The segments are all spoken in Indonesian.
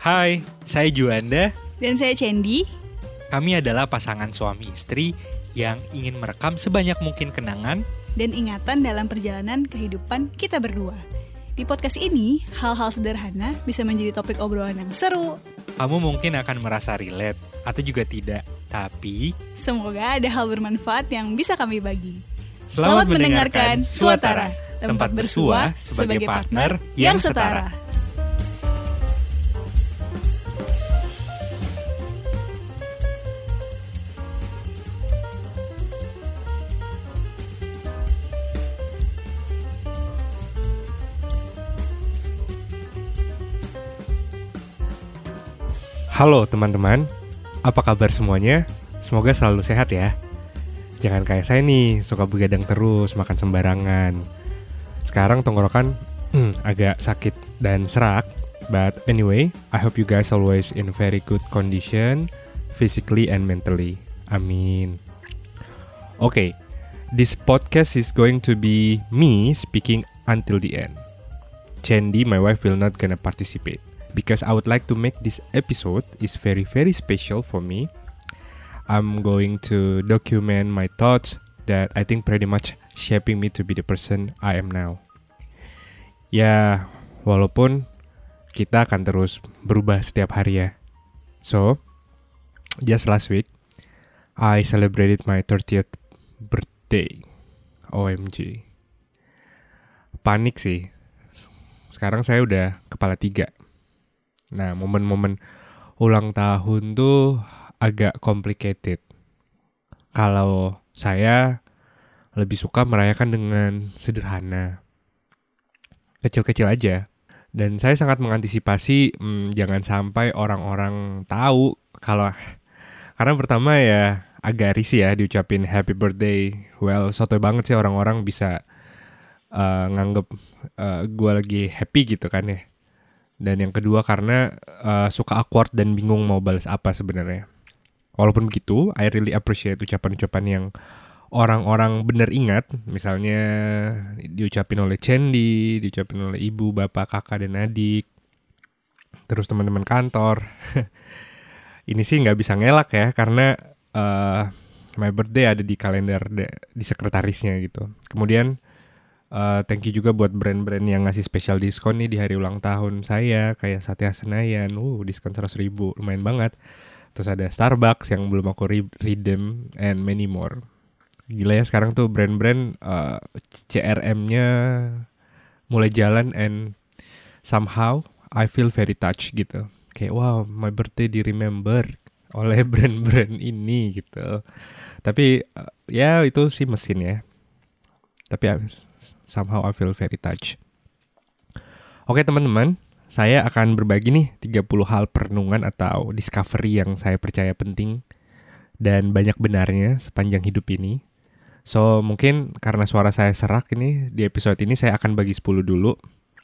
Hai, saya Juanda. Dan saya Cendi. Kami adalah pasangan suami istri yang ingin merekam sebanyak mungkin kenangan dan ingatan dalam perjalanan kehidupan kita berdua. Di podcast ini, hal-hal sederhana bisa menjadi topik obrolan yang seru. Kamu mungkin akan merasa relate atau juga tidak, tapi semoga ada hal bermanfaat yang bisa kami bagi. Selamat mendengarkan Suatara, tempat bersua sebagai partner yang setara. Halo teman-teman, apa kabar semuanya? Semoga selalu sehat ya. Jangan kayak saya nih, suka begadang terus, makan sembarangan. Sekarang tenggorokan agak sakit dan serak. But anyway, I hope you guys always in very good condition, physically and mentally. Amin. Okay, this podcast is going to be me speaking until the end. Cendi, my wife, will not gonna participate. Because I would like to make this episode is very very special for me. I'm going to document my thoughts that I think pretty much shaping me to be the person I am now. Ya, walaupun kita akan terus berubah setiap hari ya. So, just last week I celebrated my 30th birthday. OMG. Panik sih. Sekarang saya udah kepala 3. Nah, momen-momen ulang tahun tuh agak complicated. Kalau saya lebih suka merayakan dengan sederhana. Kecil-kecil aja. Dan saya sangat mengantisipasi jangan sampai orang-orang tahu karena pertama ya agak risih ya diucapin happy birthday. Well, sotoy banget sih orang-orang bisa nganggep gue lagi happy gitu kan ya. Dan yang kedua karena suka awkward dan bingung mau balas apa sebenarnya. Walaupun begitu, I really appreciate ucapan-ucapan yang orang-orang benar ingat. Misalnya diucapin oleh Cendi, diucapin oleh ibu, bapak, kakak, dan adik. Terus teman-teman kantor. Ini sih nggak bisa ngelak ya, karena my birthday ada di kalender di sekretarisnya gitu. Kemudian thank you juga buat brand-brand yang ngasih special diskon nih di hari ulang tahun saya. Kayak Satya Senayan, diskon 100.000, lumayan banget. Terus ada Starbucks yang belum aku redeem, and many more. Gila ya sekarang tuh brand-brand CRM-nya mulai jalan, and somehow I feel very touched gitu. Kayak wow, my birthday di-remember oleh brand-brand ini gitu. Tapi ya itu sih mesin ya. Tapi somehow I feel very touched. Oke teman-teman, saya akan berbagi nih 30 hal perenungan atau discovery yang saya percaya penting dan banyak benarnya sepanjang hidup ini. So mungkin karena suara saya serak ini, di episode ini saya akan bagi 10 dulu.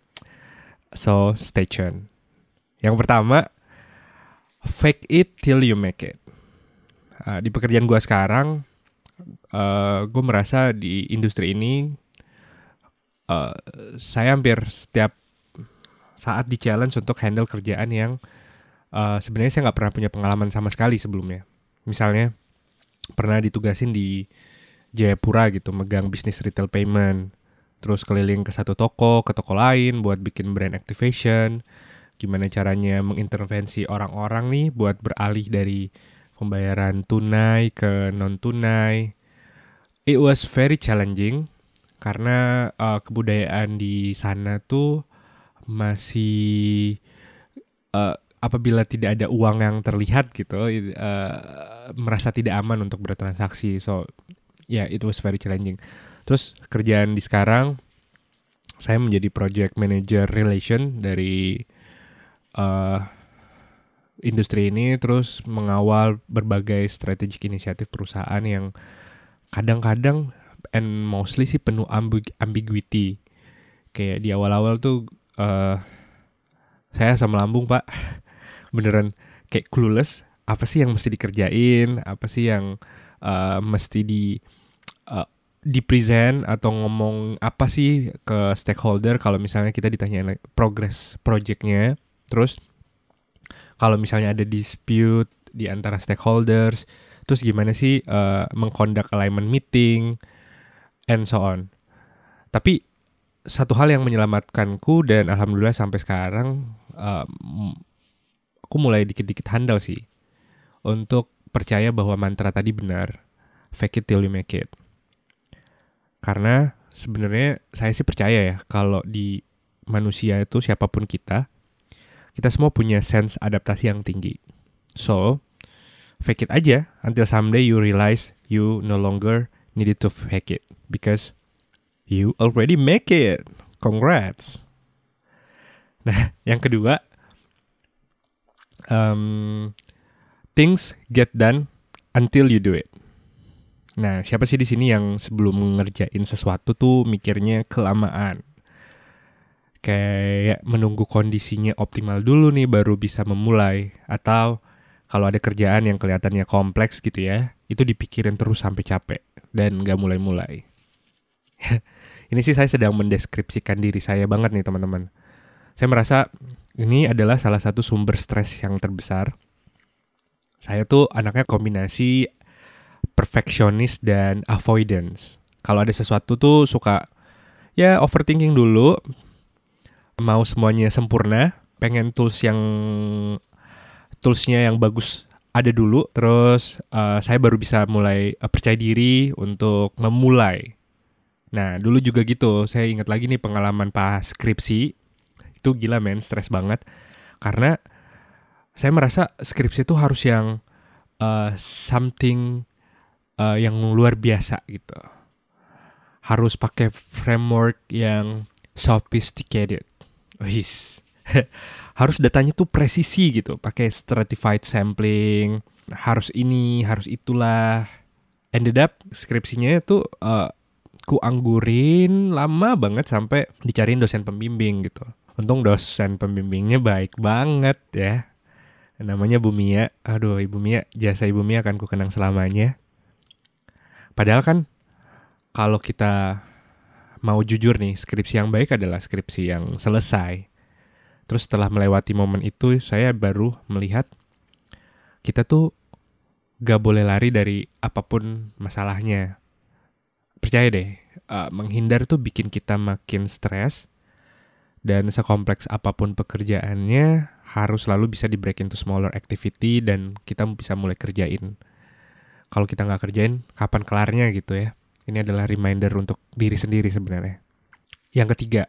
So stay tuned. Yang pertama, fake it till you make it. Di pekerjaan gue sekarang, gue merasa di industri ini saya hampir setiap saat di-challenge untuk handle kerjaan yang sebenarnya saya nggak pernah punya pengalaman sama sekali sebelumnya. Misalnya pernah ditugasin di Jayapura gitu, megang bisnis retail payment, terus keliling ke satu toko, ke toko lain buat bikin brand activation, gimana caranya mengintervensi orang-orang nih buat beralih dari pembayaran tunai ke non-tunai. It was very challenging. Karena kebudayaan di sana tuh masih apabila tidak ada uang yang terlihat gitu, merasa tidak aman untuk bertransaksi. So, it was very challenging. Terus kerjaan di sekarang, saya menjadi project manager relation dari industri ini, terus mengawal berbagai strategic inisiatif perusahaan yang kadang-kadang and mostly sih penuh ambiguity. Kayak di awal-awal tuh saya asam lambung pak. Beneran kayak clueless. Apa sih yang mesti dikerjain? Apa sih yang mesti di present atau ngomong apa sih ke stakeholder kalau misalnya kita ditanyain progress projectnya. Terus Kalau misalnya ada dispute di antara stakeholders, terus gimana sih mengconduct alignment meeting, and so on. Tapi satu hal yang menyelamatkanku dan alhamdulillah sampai sekarang aku mulai dikit-dikit handal sih untuk percaya bahwa mantra tadi benar, fake it till you make it. Karena sebenarnya saya sih percaya ya kalau di manusia itu siapapun kita semua punya sense adaptasi yang tinggi. So, fake it aja until someday you realize you no longer needed to fake it because you already make it. Congrats. Nah, yang kedua, things get done until you do it. Nah, siapa sih di sini yang sebelum ngerjain sesuatu tuh mikirnya kelamaan? Kayak menunggu kondisinya optimal dulu nih baru bisa memulai. Atau kalau ada kerjaan yang kelihatannya kompleks gitu ya, itu dipikirin terus sampai capek dan gak mulai-mulai. Ini sih saya sedang mendeskripsikan diri saya banget nih teman-teman. Saya merasa ini adalah salah satu sumber stres yang terbesar. Saya tuh anaknya kombinasi perfectionist dan avoidance. Kalau ada sesuatu tuh suka ya overthinking dulu, mau semuanya sempurna, pengen toolsnya yang bagus ada dulu, terus saya baru bisa mulai percaya diri untuk memulai. Nah dulu juga gitu, saya ingat lagi nih pengalaman pas skripsi, itu gila men, stres banget. Karena saya merasa skripsi itu harus yang something yang luar biasa gitu. Harus pakai framework yang sophisticated. Harus datanya tuh presisi gitu, pakai stratified sampling, harus ini, harus itulah. Ended up skripsinya tuh ku anggurin lama banget sampai dicariin dosen pembimbing gitu. Untung dosen pembimbingnya baik banget ya. Namanya Bu Mia. Aduh, Ibu Mia, jasa Ibu Mia akan ku kenang selamanya. Padahal kan kalau kita mau jujur nih, skripsi yang baik adalah skripsi yang selesai. Terus setelah melewati momen itu, saya baru melihat kita tuh gak boleh lari dari apapun masalahnya. Percaya deh, menghindar tuh bikin kita makin stres. Dan sekompleks apapun pekerjaannya, harus selalu bisa di-break into smaller activity dan kita bisa mulai kerjain. Kalau kita nggak kerjain, kapan kelarnya gitu ya. Ini adalah reminder untuk diri sendiri sebenarnya. Yang ketiga,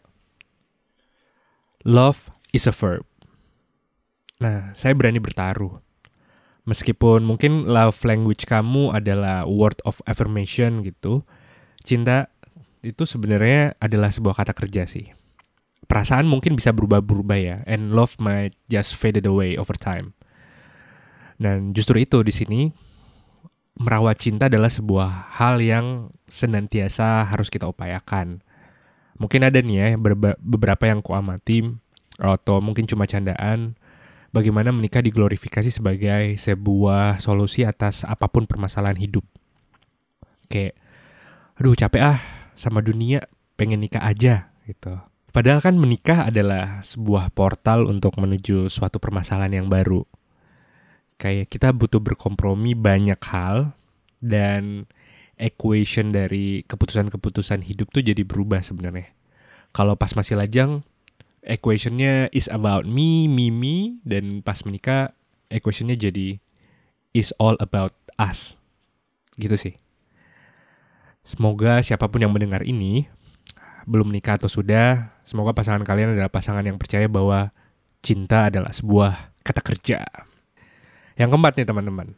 love is a verb. Nah, saya berani bertaruh. Meskipun mungkin love language kamu adalah word of affirmation gitu, cinta itu sebenarnya adalah sebuah kata kerja sih. Perasaan mungkin bisa berubah-berubah ya, and love might just fade away over time. Dan justru itu di sini, merawat cinta adalah sebuah hal yang senantiasa harus kita upayakan. Mungkin ada nih ya beberapa yang kuamati atau mungkin cuma candaan bagaimana menikah diglorifikasi sebagai sebuah solusi atas apapun permasalahan hidup. Kayak, aduh capek sama dunia, pengen nikah aja gitu. Padahal kan menikah adalah sebuah portal untuk menuju suatu permasalahan yang baru. Kayak kita butuh berkompromi banyak hal dan equation dari keputusan-keputusan hidup tuh jadi berubah sebenarnya. Kalau pas masih lajang, equationnya is about me, dan pas menikah, equationnya jadi is all about us. Gitu sih. Semoga siapapun yang mendengar ini, belum menikah atau sudah, semoga pasangan kalian adalah pasangan yang percaya bahwa cinta adalah sebuah kata kerja. Yang keempat nih teman-teman.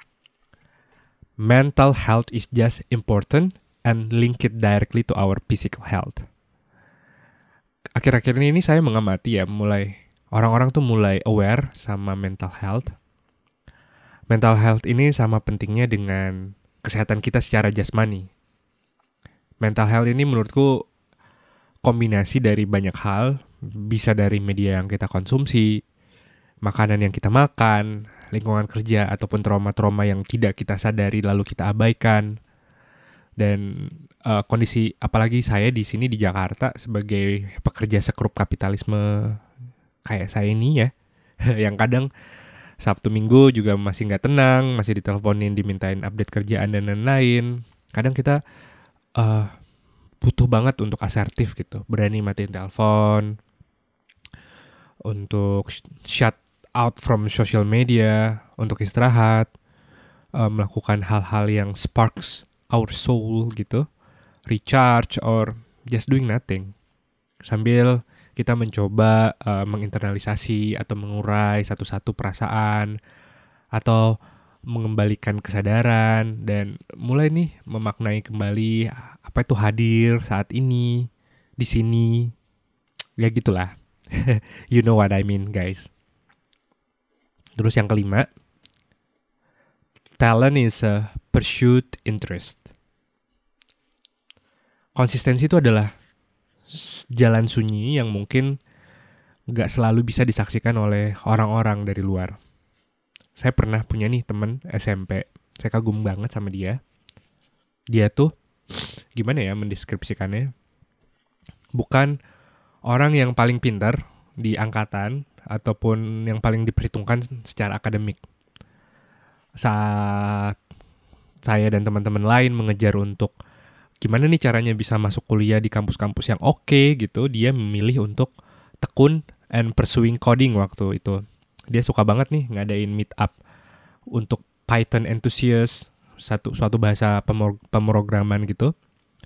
Mental health is just important and link it directly to our physical health. Akhir-akhir ini saya mengamati ya, orang-orang tuh mulai aware sama mental health. Mental health ini sama pentingnya dengan kesehatan kita secara jasmani. Mental health ini menurutku kombinasi dari banyak hal, bisa dari media yang kita konsumsi, makanan yang kita makan, lingkungan kerja, ataupun trauma-trauma yang tidak kita sadari lalu kita abaikan. Dan kondisi, apalagi saya di sini di Jakarta sebagai pekerja sekrup kapitalisme kayak saya ini ya, yang kadang Sabtu Minggu juga masih nggak tenang, masih diteleponin, dimintain update kerjaan dan lain-lain. Kadang kita butuh banget untuk asertif gitu, berani matiin telepon, untuk shut out from social media, untuk istirahat, melakukan hal-hal yang sparks our soul gitu, recharge or just doing nothing. Sambil kita mencoba menginternalisasi atau mengurai satu-satu perasaan atau mengembalikan kesadaran dan mulai nih memaknai kembali apa itu hadir saat ini di sini. Ya gitulah. You know what I mean, guys. Terus yang kelima, talent is a pursuit interest. Konsistensi itu adalah jalan sunyi yang mungkin gak selalu bisa disaksikan oleh orang-orang dari luar. Saya pernah punya nih teman SMP, saya kagum banget sama dia. Dia tuh, gimana ya mendeskripsikannya, bukan orang yang paling pintar di angkatan ataupun yang paling diperhitungkan secara akademik. Saat saya dan teman-teman lain mengejar untuk gimana nih caranya bisa masuk kuliah di kampus-kampus yang oke gitu, dia memilih untuk tekun and pursuing coding waktu itu. Dia suka banget nih ngadain meet up untuk Python enthusiast, suatu bahasa pemrograman gitu.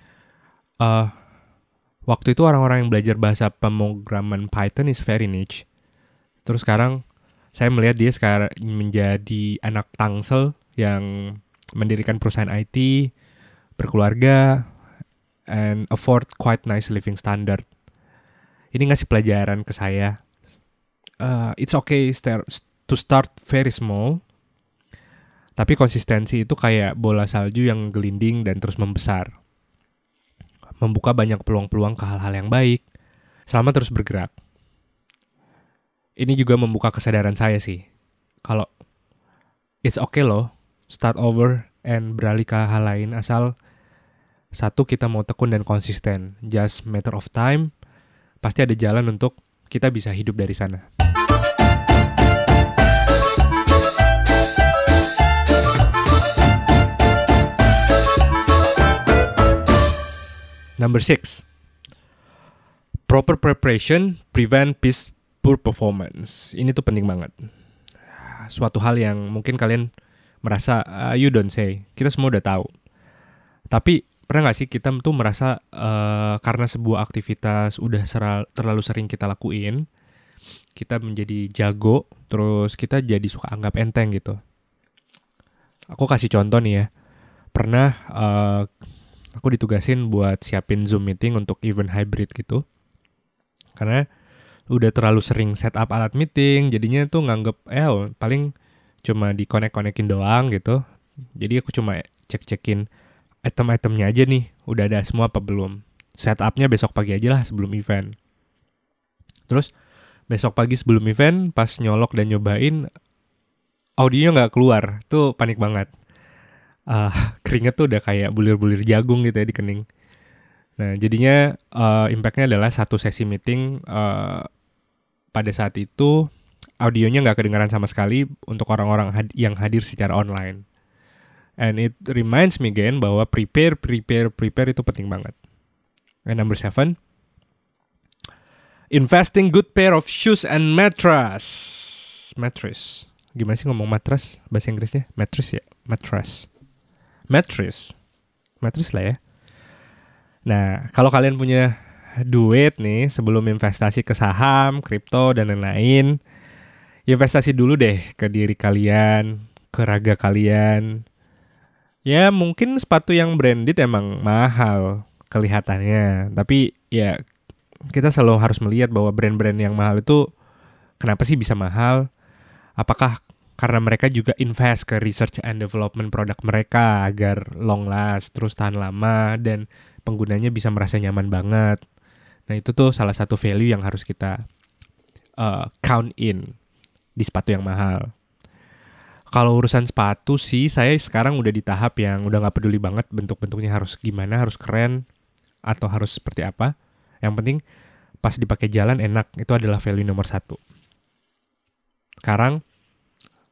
Waktu itu orang-orang yang belajar bahasa pemrograman Python is very niche. Terus sekarang saya melihat dia sekarang menjadi anak Tangsel yang mendirikan perusahaan IT, berkeluarga, and afford quite nice living standard. Ini ngasih pelajaran ke saya. It's okay to start very small, tapi konsistensi itu kayak bola salju yang gelinding dan terus membesar. Membuka banyak peluang-peluang ke hal-hal yang baik, selama terus bergerak. Ini juga membuka kesadaran saya sih, kalau it's okay loh, start over and beralih ke hal lain, asal satu kita mau tekun dan konsisten, just matter of time, pasti ada jalan untuk kita bisa hidup dari sana. Number 6. Proper preparation prevent poor performance. Ini tuh penting banget. Suatu hal yang mungkin kalian merasa, you don't say. Kita semua udah tahu. Tapi pernah gak sih kita tuh merasa karena sebuah aktivitas udah terlalu sering kita lakuin, kita menjadi jago, terus kita jadi suka anggap enteng gitu. Aku kasih contoh nih ya. Pernah aku ditugasin buat siapin Zoom meeting untuk event hybrid gitu. Karena udah terlalu sering setup alat meeting, jadinya tuh nganggep paling cuma di-connect-connectin doang gitu. Jadi aku cuma cek-cekin item-itemnya aja nih, udah ada semua apa belum. Setupnya besok pagi aja lah sebelum event. Terus besok pagi sebelum event, pas nyolok dan nyobain, audionya nggak keluar, tuh panik banget. Keringet tuh udah kayak bulir-bulir jagung gitu ya di kening. Nah jadinya impactnya adalah satu sesi meeting pada saat itu audionya nggak kedengaran sama sekali untuk orang-orang yang hadir secara online. And it reminds me again bahwa prepare itu penting banget. And number 7, investing good pair of shoes and mattress. Gimana sih ngomong mattress bahasa Inggrisnya? Mattress ya? Mattress lah ya. Nah, kalau kalian punya duit nih sebelum investasi ke saham, kripto, dan lain-lain, investasi dulu deh ke diri kalian, ke raga kalian. Ya mungkin sepatu yang branded emang mahal kelihatannya, tapi ya kita selalu harus melihat bahwa brand-brand yang mahal itu kenapa sih bisa mahal? Apakah karena mereka juga invest ke research and development produk mereka agar long last, terus tahan lama, dan penggunanya bisa merasa nyaman banget. Nah itu tuh salah satu value yang harus kita count in di sepatu yang mahal. Kalau urusan sepatu sih, saya sekarang udah di tahap yang udah gak peduli banget bentuk-bentuknya harus gimana, harus keren, atau harus seperti apa. Yang penting pas dipakai jalan enak, itu adalah value nomor 1. Sekarang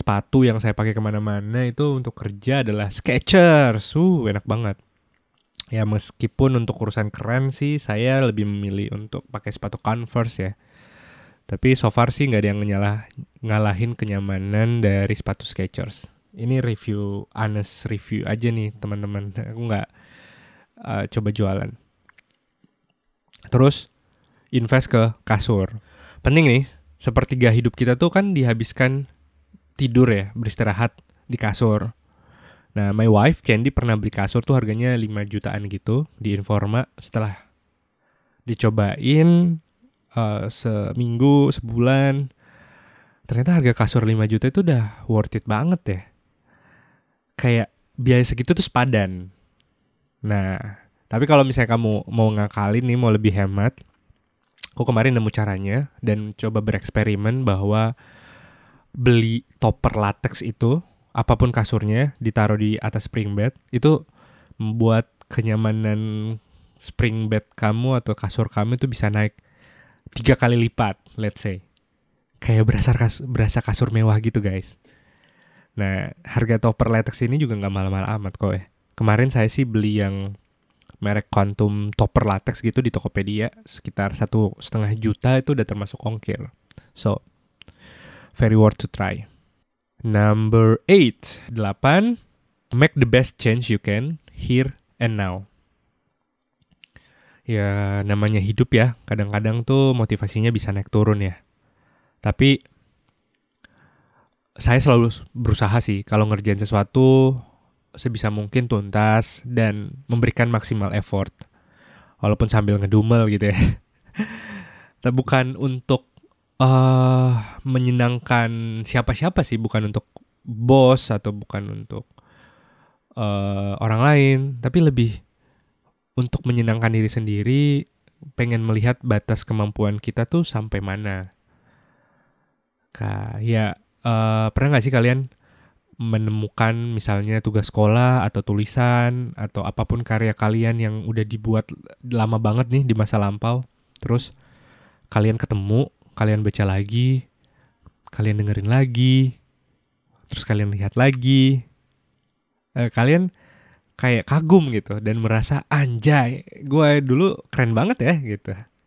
sepatu yang saya pakai kemana-mana itu untuk kerja adalah Skechers. Enak banget. Ya meskipun untuk urusan keren sih saya lebih memilih untuk pakai sepatu Converse ya. Tapi so far sih nggak ada yang ngalahin kenyamanan dari sepatu Skechers. Ini honest review aja nih teman-teman. Aku nggak coba jualan. Terus invest ke kasur. Penting nih, sepertiga hidup kita tuh kan dihabiskan tidur ya, beristirahat di kasur. Nah, my wife, Candy, pernah beli kasur tuh harganya 5 jutaan gitu di Informa. Setelah dicobain seminggu, sebulan, ternyata harga kasur 5 juta itu udah worth it banget ya. Kayak biaya segitu tuh sepadan. Nah, tapi kalau misalnya kamu mau ngakalin nih, mau lebih hemat, aku kemarin nemu caranya dan coba bereksperimen bahwa beli topper latex itu, apapun kasurnya, ditaruh di atas spring bed, itu membuat kenyamanan spring bed kamu atau kasur kamu itu bisa naik 3 kali lipat, let's say. Kayak berasa kasur mewah gitu guys. Nah, harga topper latex ini juga gak mahal-mahal amat kok ya. Kemarin saya sih beli yang merek Quantum topper latex gitu di Tokopedia sekitar 1,5 juta, itu udah termasuk ongkir. So, very worth to try. Number 8, make the best change you can here and now. Ya, namanya hidup ya, kadang-kadang tuh motivasinya bisa naik turun ya. Tapi saya selalu berusaha sih kalau ngerjain sesuatu sebisa mungkin tuntas dan memberikan maksimal effort. Walaupun sambil ngedumel gitu ya. Tapi bukan untuk menyenangkan siapa-siapa sih. Bukan untuk bos atau bukan untuk orang lain. Tapi lebih untuk menyenangkan diri sendiri. Pengen melihat batas kemampuan kita tuh sampai mana. Pernah gak sih kalian menemukan misalnya tugas sekolah atau tulisan atau apapun karya kalian yang udah dibuat lama banget nih di masa lampau, terus kalian ketemu, kalian baca lagi, kalian dengerin lagi, terus kalian lihat lagi, kalian kayak kagum gitu dan merasa anjay, gue dulu keren banget ya gitu.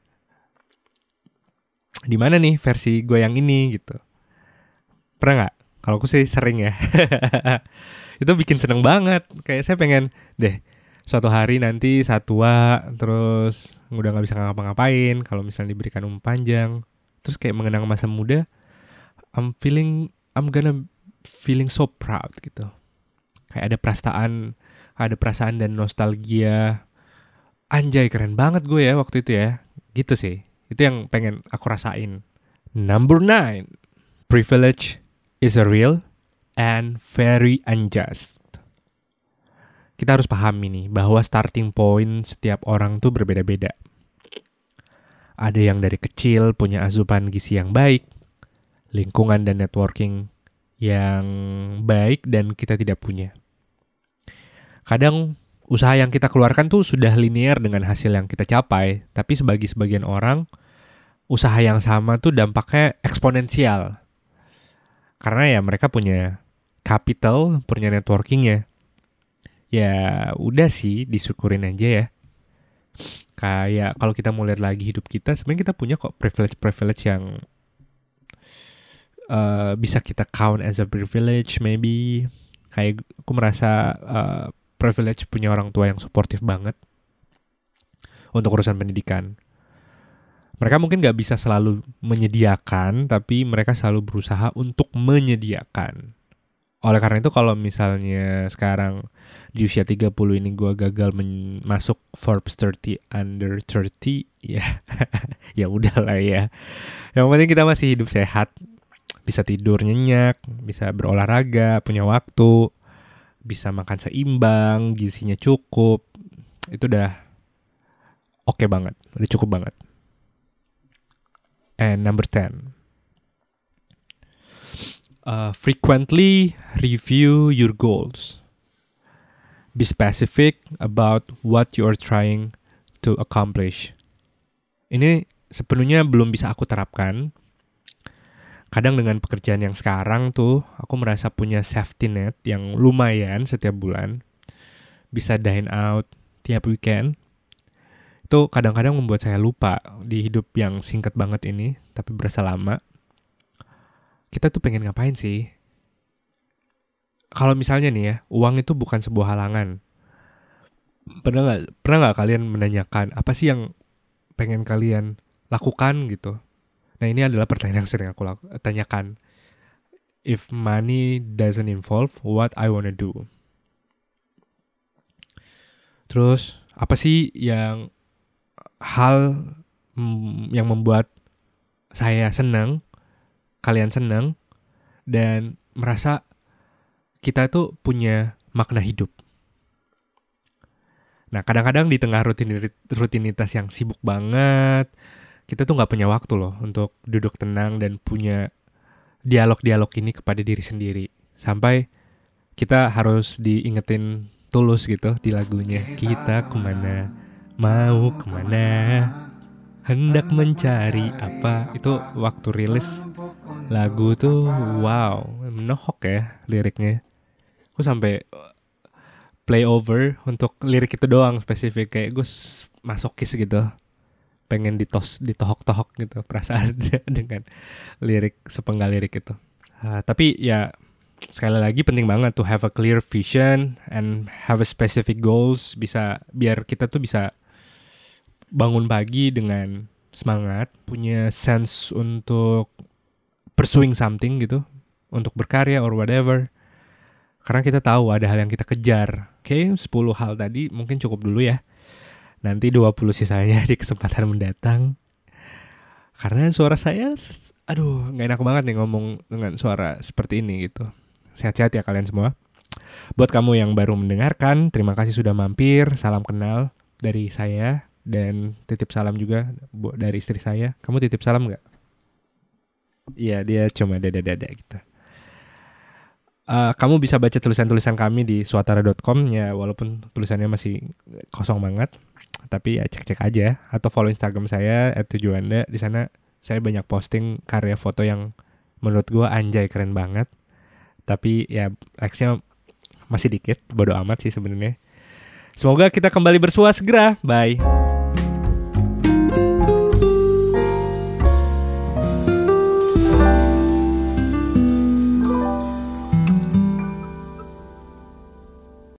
Di mana nih versi gue yang ini gitu? Pernah nggak? Kalau aku sih sering ya. Itu bikin seneng banget. Kayak saya pengen deh suatu hari nanti saat tua terus udah gak bisa ngapa-ngapain, kalau misalnya diberikan umur panjang, terus kayak mengenang masa muda, I'm gonna feeling so proud gitu. Kayak ada perasaan dan nostalgia. Anjay, keren banget gue ya waktu itu ya. Gitu sih. Itu yang pengen aku rasain. Number 9. Privilege is a real and very unjust. Kita harus pahami nih bahwa starting point setiap orang tuh berbeda-beda. Ada yang dari kecil punya asupan gizi yang baik, lingkungan dan networking yang baik dan kita tidak punya. Kadang usaha yang kita keluarkan tuh sudah linear dengan hasil yang kita capai, tapi bagi sebagian orang, usaha yang sama tuh dampaknya eksponensial. Karena ya mereka punya capital, punya networkingnya. Ya udah sih, disyukurin aja ya. Kayak kalau kita mau lihat lagi hidup kita, sebenarnya kita punya kok privilege yang bisa kita count as a privilege maybe. Kayak aku merasa privilege punya orang tua yang suportif banget untuk urusan pendidikan. Mereka mungkin gak bisa selalu menyediakan, tapi mereka selalu berusaha untuk menyediakan. Oleh karena itu kalau misalnya sekarang di usia 30 ini gue gagal masuk Forbes 30 under 30, ya ya udahlah ya. Yang penting kita masih hidup sehat, bisa tidur nyenyak, bisa berolahraga, punya waktu, bisa makan seimbang, gizinya cukup. Itu udah oke banget, udah cukup banget. And number 10, frequently review your goals. Be specific about what you are trying to accomplish. Ini sepenuhnya belum bisa aku terapkan kadang dengan pekerjaan yang sekarang tuh aku merasa punya safety net yang lumayan setiap bulan. Bisa dine out tiap weekend. Itu kadang-kadang membuat saya lupa di hidup yang singkat banget ini, tapi berasa lama. Kita tuh pengen ngapain sih? Kalau misalnya nih ya, uang itu bukan sebuah halangan. Pernah nggak kalian menanyakan apa sih yang pengen kalian lakukan gitu? Nah ini adalah pertanyaan yang sering aku tanyakan. If money doesn't involve, what I wanna do? Terus apa sih yang hal yang membuat saya senang, kalian senang, dan merasa kita tuh punya makna hidup. Nah, kadang-kadang di tengah rutinitas yang sibuk banget, kita tuh gak punya waktu loh untuk duduk tenang dan punya dialog-dialog ini kepada diri sendiri. Sampai kita harus diingetin Tulus gitu di lagunya. Kita kemana, mau kemana, hendak mencari apa. Itu waktu rilis lagu tuh wow, menohok ya liriknya. Aku sampai play over untuk lirik itu doang spesifik, kayak gue masokis gitu, pengen ditohok-tohok gitu perasaan dengan lirik sepenggal lirik itu. Tapi ya sekali lagi penting banget to have a clear vision and have a specific goals, bisa biar kita tuh bisa bangun pagi dengan semangat, punya sense untuk pursuing something gitu, untuk berkarya or whatever. Karena kita tahu ada hal yang kita kejar. Oke, 10 hal tadi mungkin cukup dulu ya. Nanti 20 sisanya di kesempatan mendatang. Karena suara saya, aduh, gak enak banget nih ngomong dengan suara seperti ini gitu. Sehat-sehat ya kalian semua. Buat kamu yang baru mendengarkan, terima kasih sudah mampir. Salam kenal dari saya. Dan titip salam juga dari istri saya. Kamu titip salam gak? Iya, dia cuma dada-dada gitu. Kamu bisa baca tulisan-tulisan kami di suatara.com ya, walaupun tulisannya masih kosong banget, tapi ya cek-cek aja, atau follow Instagram saya @tujuanda. Di sana saya banyak posting karya foto yang menurut gue anjay keren banget, tapi ya likes-nya masih dikit, bodo amat sih sebenarnya. Semoga kita kembali bersua segera. Bye.